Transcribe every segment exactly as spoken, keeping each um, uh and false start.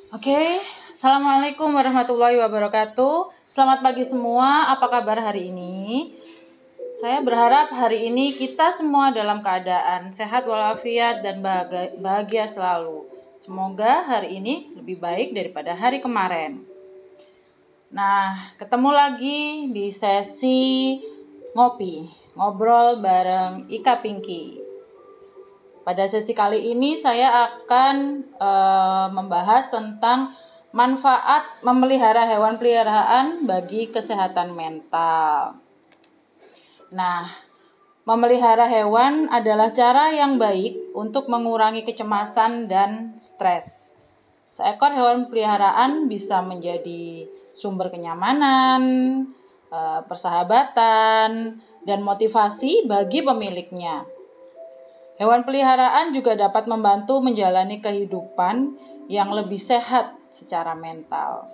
Oke, Assalamualaikum warahmatullahi wabarakatuh. Selamat pagi semua, apa kabar hari ini? Saya berharap hari ini kita semua dalam keadaan sehat walafiat dan bahagia, bahagia selalu. Semoga hari ini lebih baik daripada hari kemarin. Nah, ketemu lagi di sesi ngopi, ngobrol bareng Ika Pinky. Pada sesi kali ini saya akan e, membahas tentang manfaat memelihara hewan peliharaan bagi kesehatan mental. Nah, memelihara hewan adalah cara yang baik untuk mengurangi kecemasan dan stres. Seekor hewan peliharaan bisa menjadi sumber kenyamanan, e, persahabatan, dan motivasi bagi pemiliknya. Hewan peliharaan juga dapat membantu menjalani kehidupan yang lebih sehat secara mental.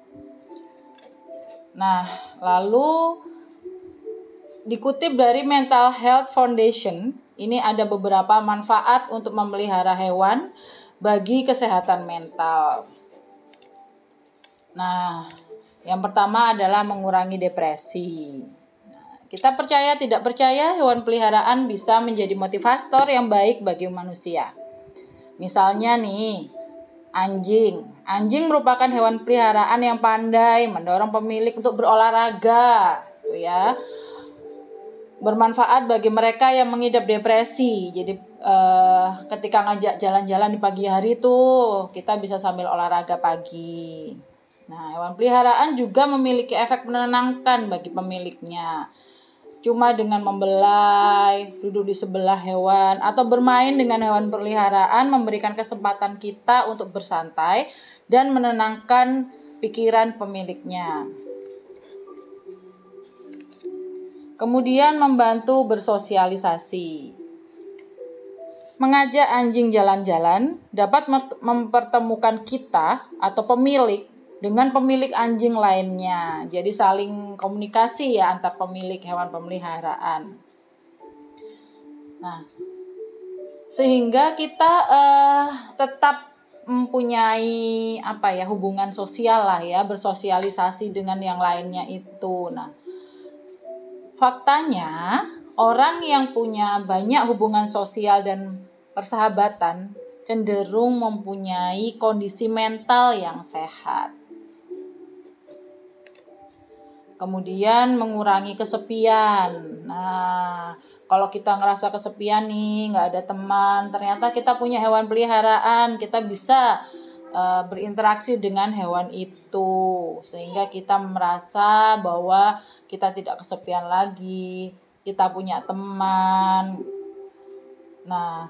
Nah, lalu dikutip dari Mental Health Foundation, ini ada beberapa manfaat untuk memelihara hewan bagi kesehatan mental. Nah, yang pertama adalah mengurangi depresi. Kita percaya tidak percaya, hewan peliharaan bisa menjadi motivator yang baik bagi manusia. Misalnya nih, anjing. Anjing merupakan hewan peliharaan yang pandai mendorong pemilik untuk berolahraga, gitu ya. Bermanfaat bagi mereka yang mengidap depresi. Jadi eh, ketika ngajak jalan-jalan di pagi hari tuh, kita bisa sambil olahraga pagi. Nah, hewan peliharaan juga memiliki efek menenangkan bagi pemiliknya. Cuma dengan membelai, duduk di sebelah hewan, atau bermain dengan hewan peliharaan memberikan kesempatan kita untuk bersantai dan menenangkan pikiran pemiliknya. Kemudian membantu bersosialisasi. Mengajak anjing jalan-jalan dapat mempertemukan kita atau pemilik dengan pemilik anjing lainnya. Jadi saling komunikasi ya antar pemilik hewan pemeliharaan. Nah, sehingga kita uh, tetap mempunyai apa ya hubungan sosial lah ya, bersosialisasi dengan yang lainnya itu. Nah, faktanya orang yang punya banyak hubungan sosial dan persahabatan cenderung mempunyai kondisi mental yang sehat. Kemudian mengurangi kesepian. Nah, kalau kita ngerasa kesepian nih, nggak ada teman, ternyata kita punya hewan peliharaan, kita bisa uh, berinteraksi dengan hewan itu, sehingga kita merasa bahwa kita tidak kesepian lagi, kita punya teman. Nah,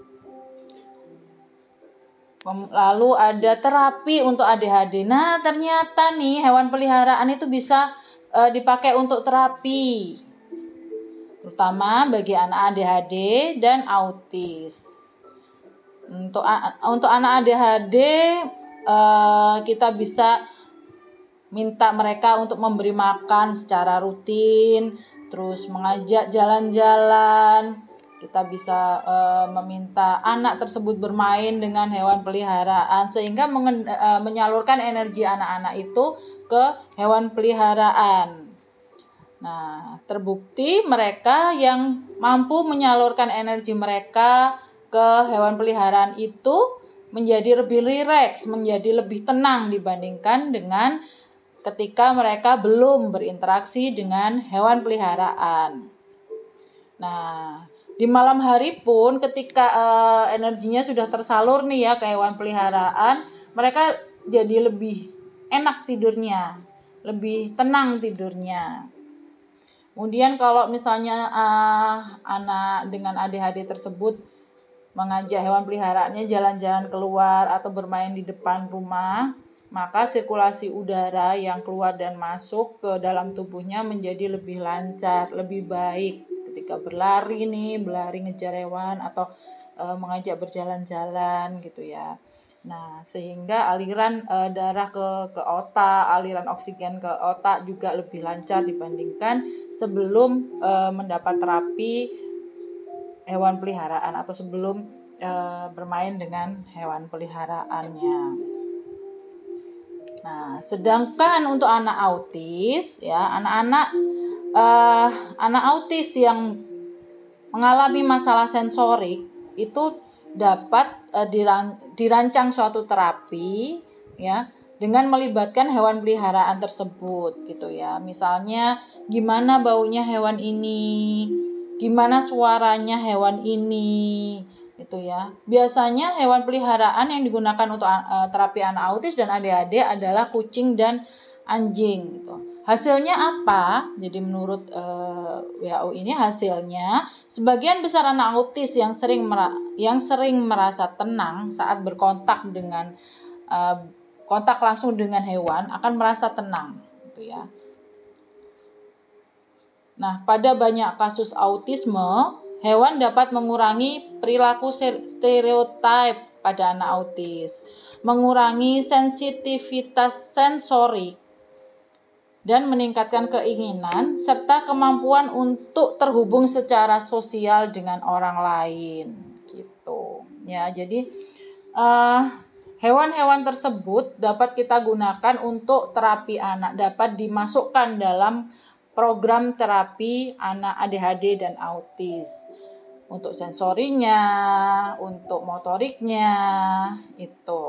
lalu ada terapi untuk A D H D. Nah, ternyata nih hewan peliharaan itu bisa uh, dipakai untuk terapi, terutama bagi anak A D H D dan autis. Untuk untuk anak A D H D uh, kita bisa minta mereka untuk memberi makan secara rutin, terus mengajak jalan-jalan. Kita bisa uh, meminta anak tersebut bermain dengan hewan peliharaan sehingga mengen, uh, menyalurkan energi anak-anak itu ke hewan peliharaan. Nah, terbukti mereka yang mampu menyalurkan energi mereka ke hewan peliharaan itu menjadi lebih rileks, menjadi lebih tenang dibandingkan dengan ketika mereka belum berinteraksi dengan hewan peliharaan. Nah, di malam hari pun ketika uh, energinya sudah tersalur nih ya ke hewan peliharaan, mereka jadi lebih enak tidurnya, lebih tenang tidurnya. Kemudian kalau misalnya uh, anak dengan A D H D tersebut mengajak hewan peliharaannya jalan-jalan keluar atau bermain di depan rumah, maka sirkulasi udara yang keluar dan masuk ke dalam tubuhnya menjadi lebih lancar, lebih baik. Ketika berlari nih, berlari ngejar hewan atau e, mengajak berjalan-jalan gitu ya. Nah, sehingga aliran e, darah ke ke otak, aliran oksigen ke otak juga lebih lancar dibandingkan sebelum e, mendapat terapi hewan peliharaan atau sebelum e, bermain dengan hewan peliharaannya. Nah, sedangkan untuk anak autis ya, anak-anak uh, anak autis yang mengalami masalah sensorik itu dapat uh, diran- dirancang suatu terapi ya dengan melibatkan hewan peliharaan tersebut gitu ya. Misalnya gimana baunya hewan ini, gimana suaranya hewan ini gitu ya. Biasanya hewan peliharaan yang digunakan untuk uh, terapi anak autis dan A D H D adalah kucing dan anjing gitu. Hasilnya apa? Jadi menurut uh, W H O ini hasilnya sebagian besar anak autis yang sering mera- yang sering merasa tenang saat berkontak dengan uh, kontak langsung dengan hewan akan merasa tenang gitu ya. Nah, pada banyak kasus autisme, hewan dapat mengurangi perilaku stereotip pada anak autis, mengurangi sensitivitas sensorik, dan meningkatkan keinginan serta kemampuan untuk terhubung secara sosial dengan orang lain gitu. Ya, jadi uh, hewan-hewan tersebut dapat kita gunakan untuk terapi anak, dapat dimasukkan dalam program terapi anak A D H D dan autis. Untuk sensorinya, untuk motoriknya, itu.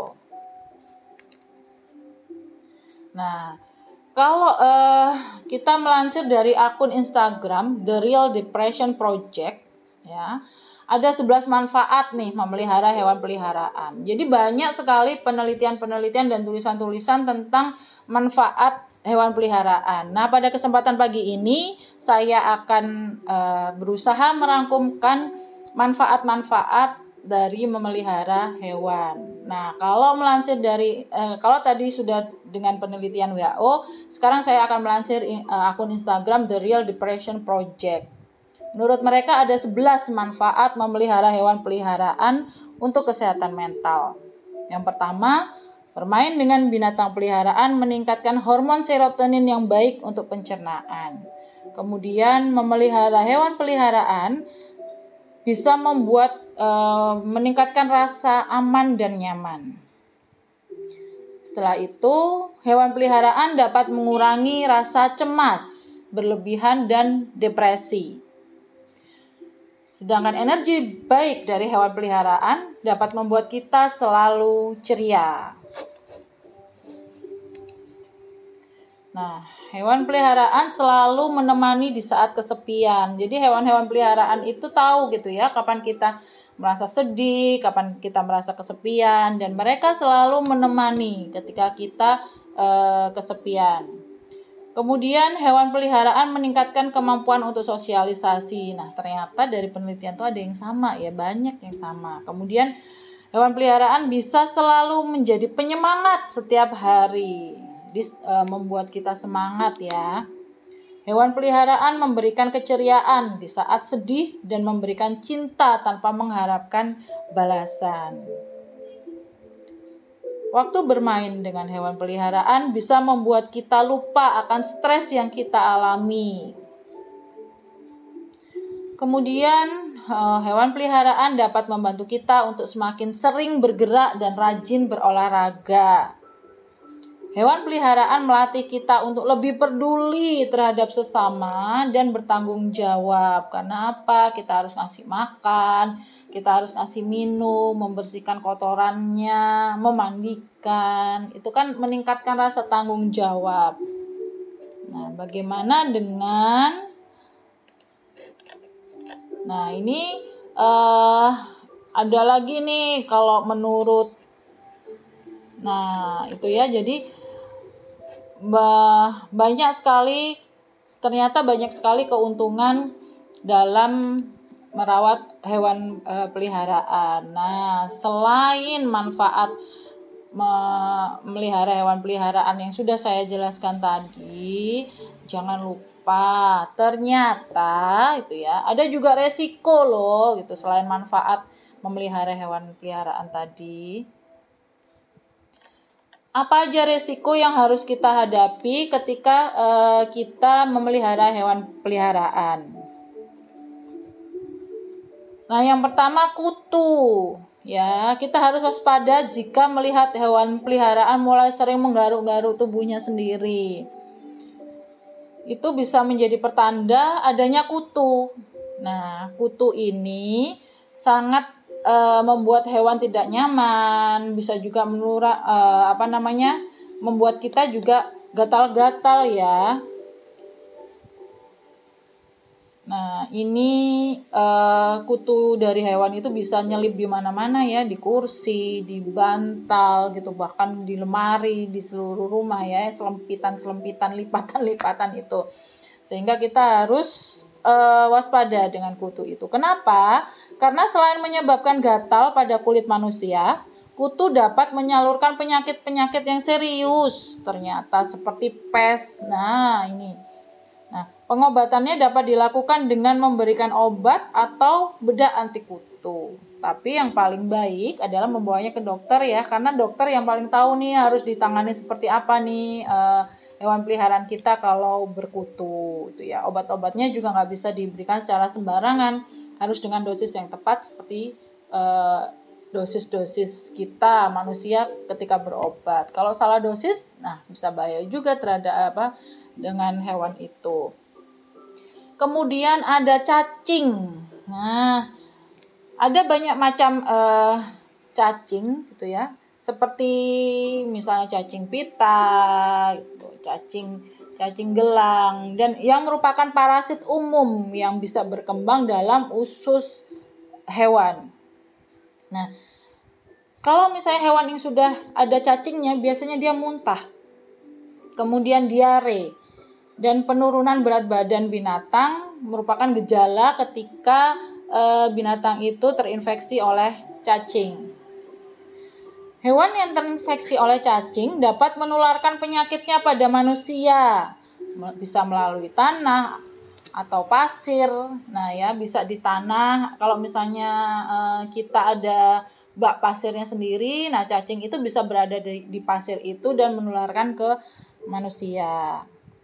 Nah, kalau uh, kita melansir dari akun Instagram The Real Depression Project, ya, ada sebelas manfaat nih memelihara hewan peliharaan. Jadi banyak sekali penelitian-penelitian dan tulisan-tulisan tentang manfaat hewan peliharaan. Nah, pada kesempatan pagi ini saya akan uh, berusaha merangkumkan manfaat-manfaat dari memelihara hewan. Nah, kalau melansir dari uh, kalau tadi sudah dengan penelitian W H O, sekarang saya akan melansir uh, akun Instagram The Real Depression Project. Menurut mereka ada sebelas manfaat memelihara hewan peliharaan untuk kesehatan mental. Yang pertama, bermain dengan binatang peliharaan meningkatkan hormon serotonin yang baik untuk pencernaan. Kemudian memelihara hewan peliharaan bisa membuat e, meningkatkan rasa aman dan nyaman. Setelah itu, hewan peliharaan dapat mengurangi rasa cemas, berlebihan dan depresi. Sedangkan energi baik dari hewan peliharaan dapat membuat kita selalu ceria. Nah, hewan peliharaan selalu menemani di saat kesepian. Jadi hewan-hewan peliharaan itu tahu gitu ya kapan kita merasa sedih, kapan kita merasa kesepian, dan mereka selalu menemani ketika kita uh, kesepian. Kemudian hewan peliharaan meningkatkan kemampuan untuk sosialisasi. Nah, ternyata dari penelitian itu ada yang sama ya, banyak yang sama. Kemudian hewan peliharaan bisa selalu menjadi penyemangat setiap hari. Dis, e, membuat kita semangat ya. Hewan peliharaan memberikan keceriaan di saat sedih dan memberikan cinta tanpa mengharapkan balasan. Waktu bermain dengan hewan peliharaan bisa membuat kita lupa akan stres yang kita alami. Kemudian hewan peliharaan dapat membantu kita untuk semakin sering bergerak dan rajin berolahraga. Hewan peliharaan melatih kita untuk lebih peduli terhadap sesama dan bertanggung jawab. Karena apa? Kita harus ngasih makan, kita harus ngasih minum, membersihkan kotorannya, memandikan. Itu kan meningkatkan rasa tanggung jawab. Nah, bagaimana dengan Nah, ini uh, ada lagi nih kalau menurut Nah, itu ya. Jadi banyak sekali ternyata banyak sekali keuntungan dalam merawat hewan e, peliharaan. Nah, selain manfaat memelihara hewan peliharaan yang sudah saya jelaskan tadi, jangan lupa ternyata itu ya, ada juga resiko loh gitu selain manfaat memelihara hewan peliharaan tadi. Apa aja resiko yang harus kita hadapi ketika uh, kita memelihara hewan peliharaan? Nah, yang pertama kutu. Ya, kita harus waspada jika melihat hewan peliharaan mulai sering menggaruk-garuk tubuhnya sendiri. Itu bisa menjadi pertanda adanya kutu. Nah, kutu ini sangat e, membuat hewan tidak nyaman, bisa juga menurut e, apa namanya? membuat kita juga gatal-gatal ya. Nah, ini uh, kutu dari hewan itu bisa nyelip di mana-mana ya, di kursi, di bantal gitu, bahkan di lemari, di seluruh rumah ya, selempitan-selempitan, lipatan-lipatan itu. Sehingga kita harus uh, waspada dengan kutu itu. Kenapa? Karena selain menyebabkan gatal pada kulit manusia, kutu dapat menyalurkan penyakit-penyakit yang serius ternyata seperti pes. Nah, ini. Nah, pengobatannya dapat dilakukan dengan memberikan obat atau bedah anti kutu. Tapi yang paling baik adalah membawanya ke dokter ya, karena dokter yang paling tahu nih harus ditangani seperti apa nih uh, hewan peliharaan kita kalau berkutu. Itu ya, obat-obatnya juga nggak bisa diberikan secara sembarangan, harus dengan dosis yang tepat seperti uh, dosis-dosis kita manusia ketika berobat. Kalau salah dosis, nah bisa bahaya juga terhadap apa dengan hewan itu. Kemudian ada cacing. Nah, ada banyak macam uh, cacing gitu ya. Seperti misalnya cacing pita, gitu, cacing cacing gelang, dan yang merupakan parasit umum yang bisa berkembang dalam usus hewan. Nah, kalau misalnya hewan yang sudah ada cacingnya, biasanya dia muntah, kemudian diare, dan penurunan berat badan binatang merupakan gejala ketika e, binatang itu terinfeksi oleh cacing. Hewan yang terinfeksi oleh cacing dapat menularkan penyakitnya pada manusia, bisa melalui tanah atau pasir. Nah ya, bisa di tanah. Kalau misalnya e, kita ada bak pasirnya sendiri, nah cacing itu bisa berada di, di pasir itu dan menularkan ke manusia.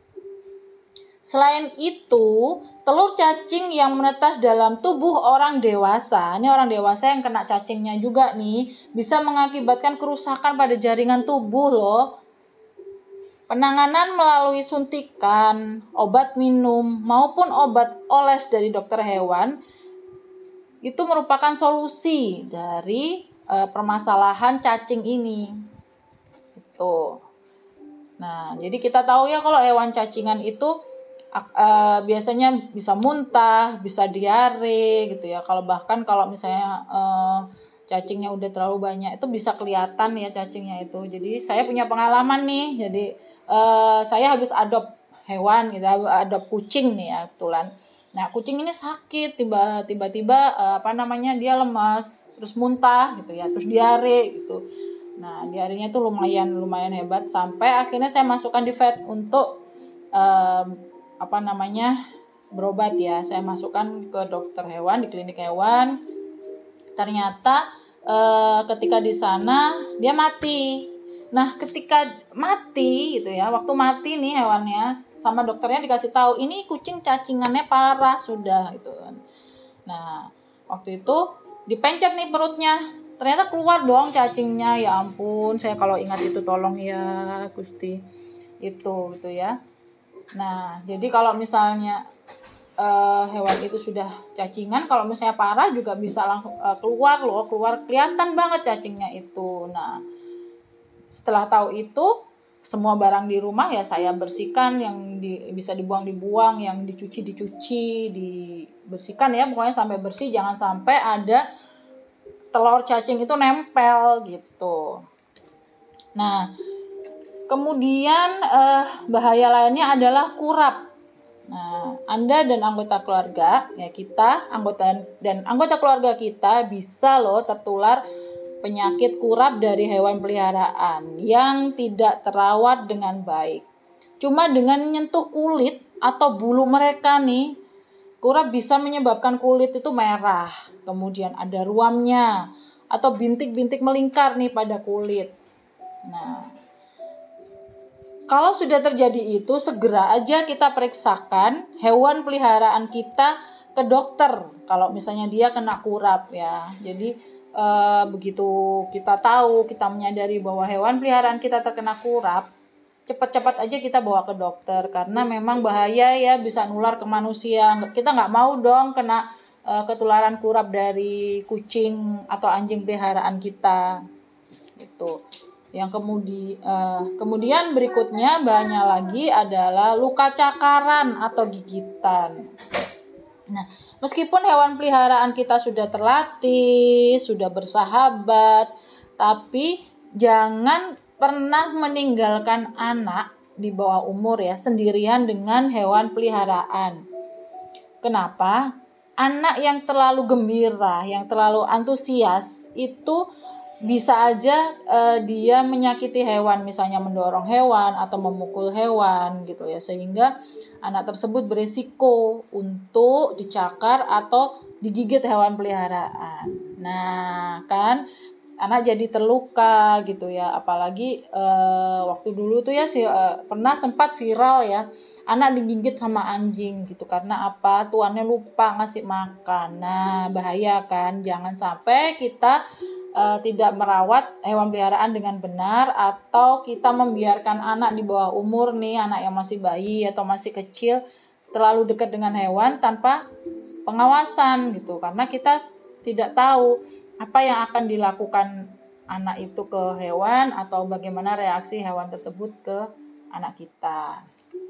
Selain itu, telur cacing yang menetas dalam tubuh orang dewasa, ini orang dewasa yang kena cacingnya juga nih, bisa mengakibatkan kerusakan pada jaringan tubuh loh. Penanganan melalui suntikan, obat minum, maupun obat oles dari dokter hewan, itu merupakan solusi dari e, permasalahan cacing ini. Itu. Nah, jadi kita tahu ya kalau hewan cacingan itu Uh, biasanya bisa muntah, bisa diare gitu ya. Kalau bahkan kalau misalnya uh, cacingnya udah terlalu banyak itu bisa kelihatan ya cacingnya itu. Jadi saya punya pengalaman nih. Jadi uh, saya habis adopt hewan gitu, adopt kucing nih ya kebetulan. Nah, kucing ini sakit, tiba tiba-tiba uh, apa namanya dia lemas, terus muntah gitu ya, terus diare gitu. Nah, diarenya itu lumayan lumayan hebat sampai akhirnya saya masukkan di vet untuk uh, apa namanya berobat ya. Saya masukkan ke dokter hewan di klinik hewan. Ternyata e, ketika di sana dia mati. Nah, ketika mati gitu ya, waktu mati nih hewannya sama dokternya dikasih tahu ini kucing cacingannya parah sudah gitu kan. Nah, waktu itu dipencet nih perutnya. Ternyata keluar dong cacingnya. Ya ampun, saya kalau ingat itu tolong ya Gusti. Itu gitu ya. Nah, jadi kalau misalnya uh, hewan itu sudah cacingan, kalau misalnya parah juga bisa langsung uh, keluar loh, keluar kelihatan banget cacingnya itu. Nah, setelah tahu itu, semua barang di rumah ya saya bersihkan, yang di, bisa dibuang dibuang, yang dicuci dicuci, dibersihkan ya, pokoknya sampai bersih, jangan sampai ada telur cacing itu nempel gitu. Nah, kemudian eh, bahaya lainnya adalah kurap. Nah, Anda dan anggota keluarga, ya kita, anggota dan anggota keluarga kita bisa loh tertular penyakit kurap dari hewan peliharaan yang tidak terawat dengan baik. Cuma dengan menyentuh kulit atau bulu mereka nih, kurap bisa menyebabkan kulit itu merah, kemudian ada ruamnya atau bintik-bintik melingkar nih pada kulit. Nah, kalau sudah terjadi itu, segera aja kita periksakan hewan peliharaan kita ke dokter. Kalau misalnya dia kena kurap ya. Jadi uh, begitu kita tahu, kita menyadari bahwa hewan peliharaan kita terkena kurap, cepat-cepat aja kita bawa ke dokter karena memang bahaya ya, bisa nular ke manusia. Kita nggak mau dong kena uh, ketularan kurap dari kucing atau anjing peliharaan kita gitu. Yang kemudian uh, kemudian berikutnya banyak lagi adalah luka cakaran atau gigitan. Nah, meskipun hewan peliharaan kita sudah terlatih, sudah bersahabat, tapi jangan pernah meninggalkan anak di bawah umur ya sendirian dengan hewan peliharaan. Kenapa? Anak yang terlalu gembira, yang terlalu antusias itu bisa aja uh, dia menyakiti hewan, misalnya mendorong hewan atau memukul hewan gitu ya, sehingga anak tersebut beresiko untuk dicakar atau digigit hewan peliharaan. Nah, kan anak jadi terluka gitu ya, apalagi uh, waktu dulu tuh ya si uh, pernah sempat viral ya, anak digigit sama anjing gitu karena apa? Tuannya lupa ngasih makan. Nah, bahaya kan? Jangan sampai kita Uh, tidak merawat hewan peliharaan dengan benar, atau kita membiarkan anak di bawah umur nih, anak yang masih bayi atau masih kecil terlalu dekat dengan hewan tanpa pengawasan gitu, karena kita tidak tahu apa yang akan dilakukan anak itu ke hewan atau bagaimana reaksi hewan tersebut ke anak kita.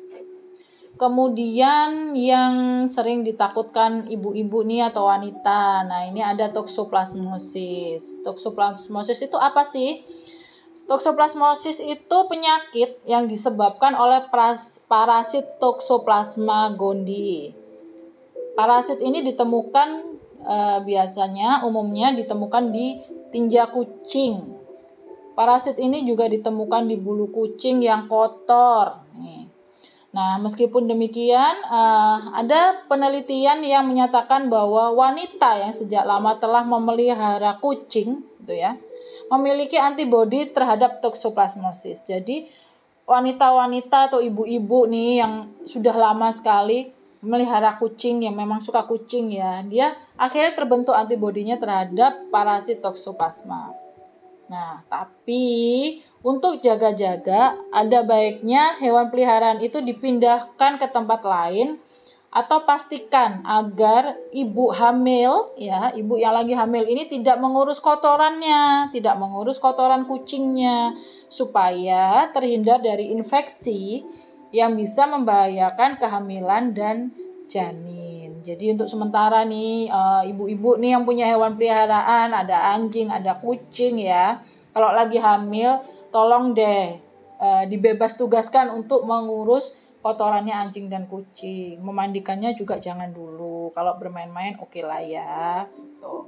Kemudian yang sering ditakutkan ibu-ibu nih atau wanita. Nah, ini ada toksoplasmosis. Toksoplasmosis itu apa sih? Toksoplasmosis itu penyakit yang disebabkan oleh parasit Toxoplasma gondii. Parasit ini ditemukan e, biasanya umumnya ditemukan di tinja kucing. Parasit ini juga ditemukan di bulu kucing yang kotor. Nih. Nah, meskipun demikian, uh, ada penelitian yang menyatakan bahwa wanita yang sejak lama telah memelihara kucing, gitu ya, memiliki antibodi terhadap toksoplasmosis. Jadi, wanita-wanita atau ibu-ibu nih yang sudah lama sekali melihara kucing, yang memang suka kucing ya, dia akhirnya terbentuk antibodinya terhadap parasit toksoplasma. Nah, tapi untuk jaga-jaga ada baiknya hewan peliharaan itu dipindahkan ke tempat lain, atau pastikan agar ibu hamil ya, ibu yang lagi hamil ini tidak mengurus kotorannya, tidak mengurus kotoran kucingnya supaya terhindar dari infeksi yang bisa membahayakan kehamilan dan janin. Jadi untuk sementara nih uh, ibu-ibu nih yang punya hewan peliharaan, ada anjing, ada kucing ya, kalau lagi hamil tolong deh uh, dibebas tugaskan untuk mengurus kotorannya anjing dan kucing. Memandikannya juga jangan dulu. Kalau bermain-main oke lah ya gitu.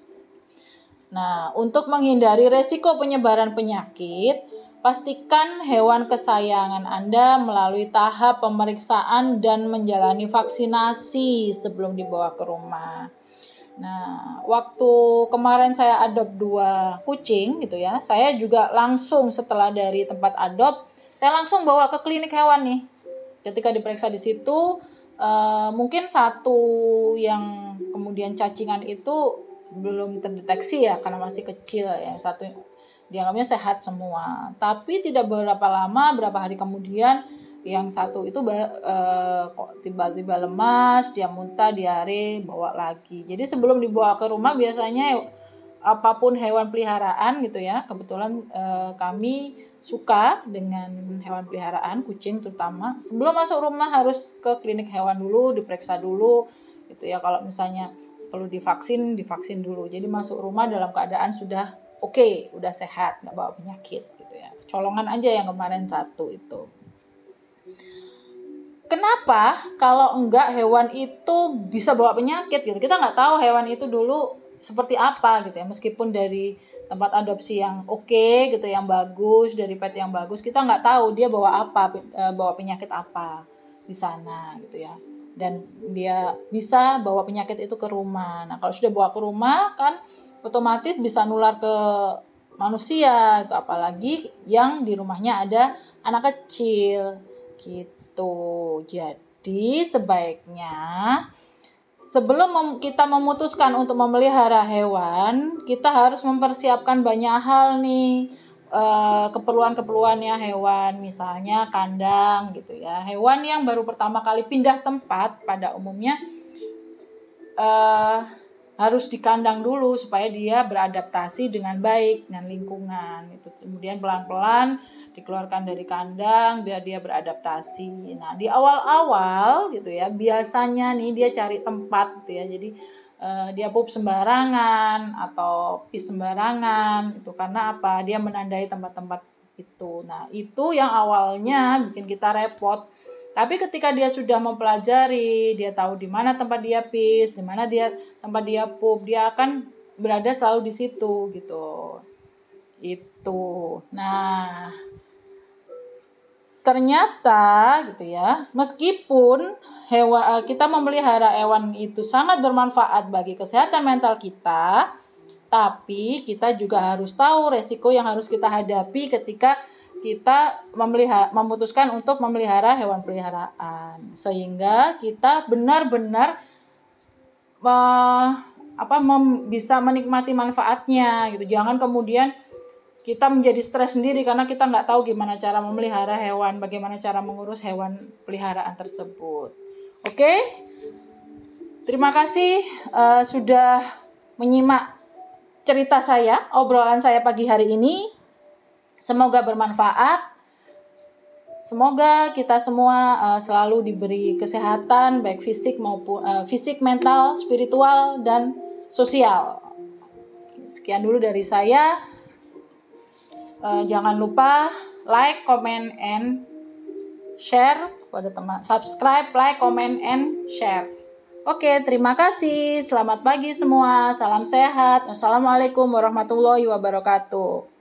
Nah, untuk menghindari resiko penyebaran penyakit, pastikan hewan kesayangan Anda melalui tahap pemeriksaan dan menjalani vaksinasi sebelum dibawa ke rumah. Nah, waktu kemarin saya adopt dua kucing gitu ya, saya juga langsung setelah dari tempat adopt, saya langsung bawa ke klinik hewan nih. Ketika diperiksa di situ, uh, mungkin satu yang kemudian cacingan itu belum terdeteksi ya karena masih kecil ya, satu dianggapnya sehat semua. Tapi tidak berapa lama, berapa hari kemudian yang satu itu uh, kok tiba-tiba lemas, dia muntah, diare, bawa lagi. Jadi sebelum dibawa ke rumah biasanya apapun hewan peliharaan gitu ya, kebetulan uh, kami suka dengan hewan peliharaan, kucing terutama. Sebelum masuk rumah harus ke klinik hewan dulu, diperiksa dulu gitu ya. Kalau misalnya perlu divaksin, divaksin dulu. Jadi masuk rumah dalam keadaan sudah oke, okay, udah sehat, nggak bawa penyakit gitu ya. Colongan aja yang kemarin satu itu. Kenapa kalau enggak hewan itu bisa bawa penyakit gitu? Kita nggak tahu hewan itu dulu seperti apa gitu ya. Meskipun dari tempat adopsi yang oke okay, gitu, yang bagus, dari pet yang bagus, kita nggak tahu dia bawa apa, bawa penyakit apa di sana gitu ya. Dan dia bisa bawa penyakit itu ke rumah. Nah, kalau sudah bawa ke rumah kan otomatis bisa nular ke manusia itu, apalagi yang di rumahnya ada anak kecil gitu. Jadi sebaiknya sebelum mem- kita memutuskan untuk memelihara hewan, kita harus mempersiapkan banyak hal nih, eh, keperluan-keperluannya hewan, misalnya kandang gitu ya. Hewan yang baru pertama kali pindah tempat pada umumnya eh, harus di kandang dulu supaya dia beradaptasi dengan baik dengan lingkungan. Itu kemudian pelan-pelan dikeluarkan dari kandang biar dia beradaptasi. Nah, di awal-awal gitu ya, biasanya nih dia cari tempat gitu ya. Jadi eh, dia pup sembarangan atau pis sembarangan itu karena apa? Dia menandai tempat-tempat itu. Nah, itu yang awalnya bikin kita repot. Tapi ketika dia sudah mempelajari, dia tahu di mana tempat dia pis, di mana dia tempat dia pup, dia akan berada selalu di situ gitu. Itu. Nah, ternyata gitu ya, meskipun hewan kita memelihara hewan itu sangat bermanfaat bagi kesehatan mental kita, tapi kita juga harus tahu resiko yang harus kita hadapi ketika kita memelihara, memutuskan untuk memelihara hewan peliharaan, sehingga kita benar-benar uh, apa mem, bisa menikmati manfaatnya gitu. Jangan kemudian kita menjadi stres sendiri karena kita nggak tahu gimana cara memelihara hewan, bagaimana cara mengurus hewan peliharaan tersebut. Oke, terima kasih uh, sudah menyimak cerita saya, obrolan saya pagi hari ini. Semoga bermanfaat. Semoga kita semua uh, selalu diberi kesehatan baik fisik maupun uh, fisik, mental, spiritual dan sosial. Sekian dulu dari saya. Uh, jangan lupa like, comment, and share kepada teman. Subscribe, like, comment, and share. Oke, terima kasih. Selamat pagi semua. Salam sehat. Wassalamualaikum warahmatullahi wabarakatuh.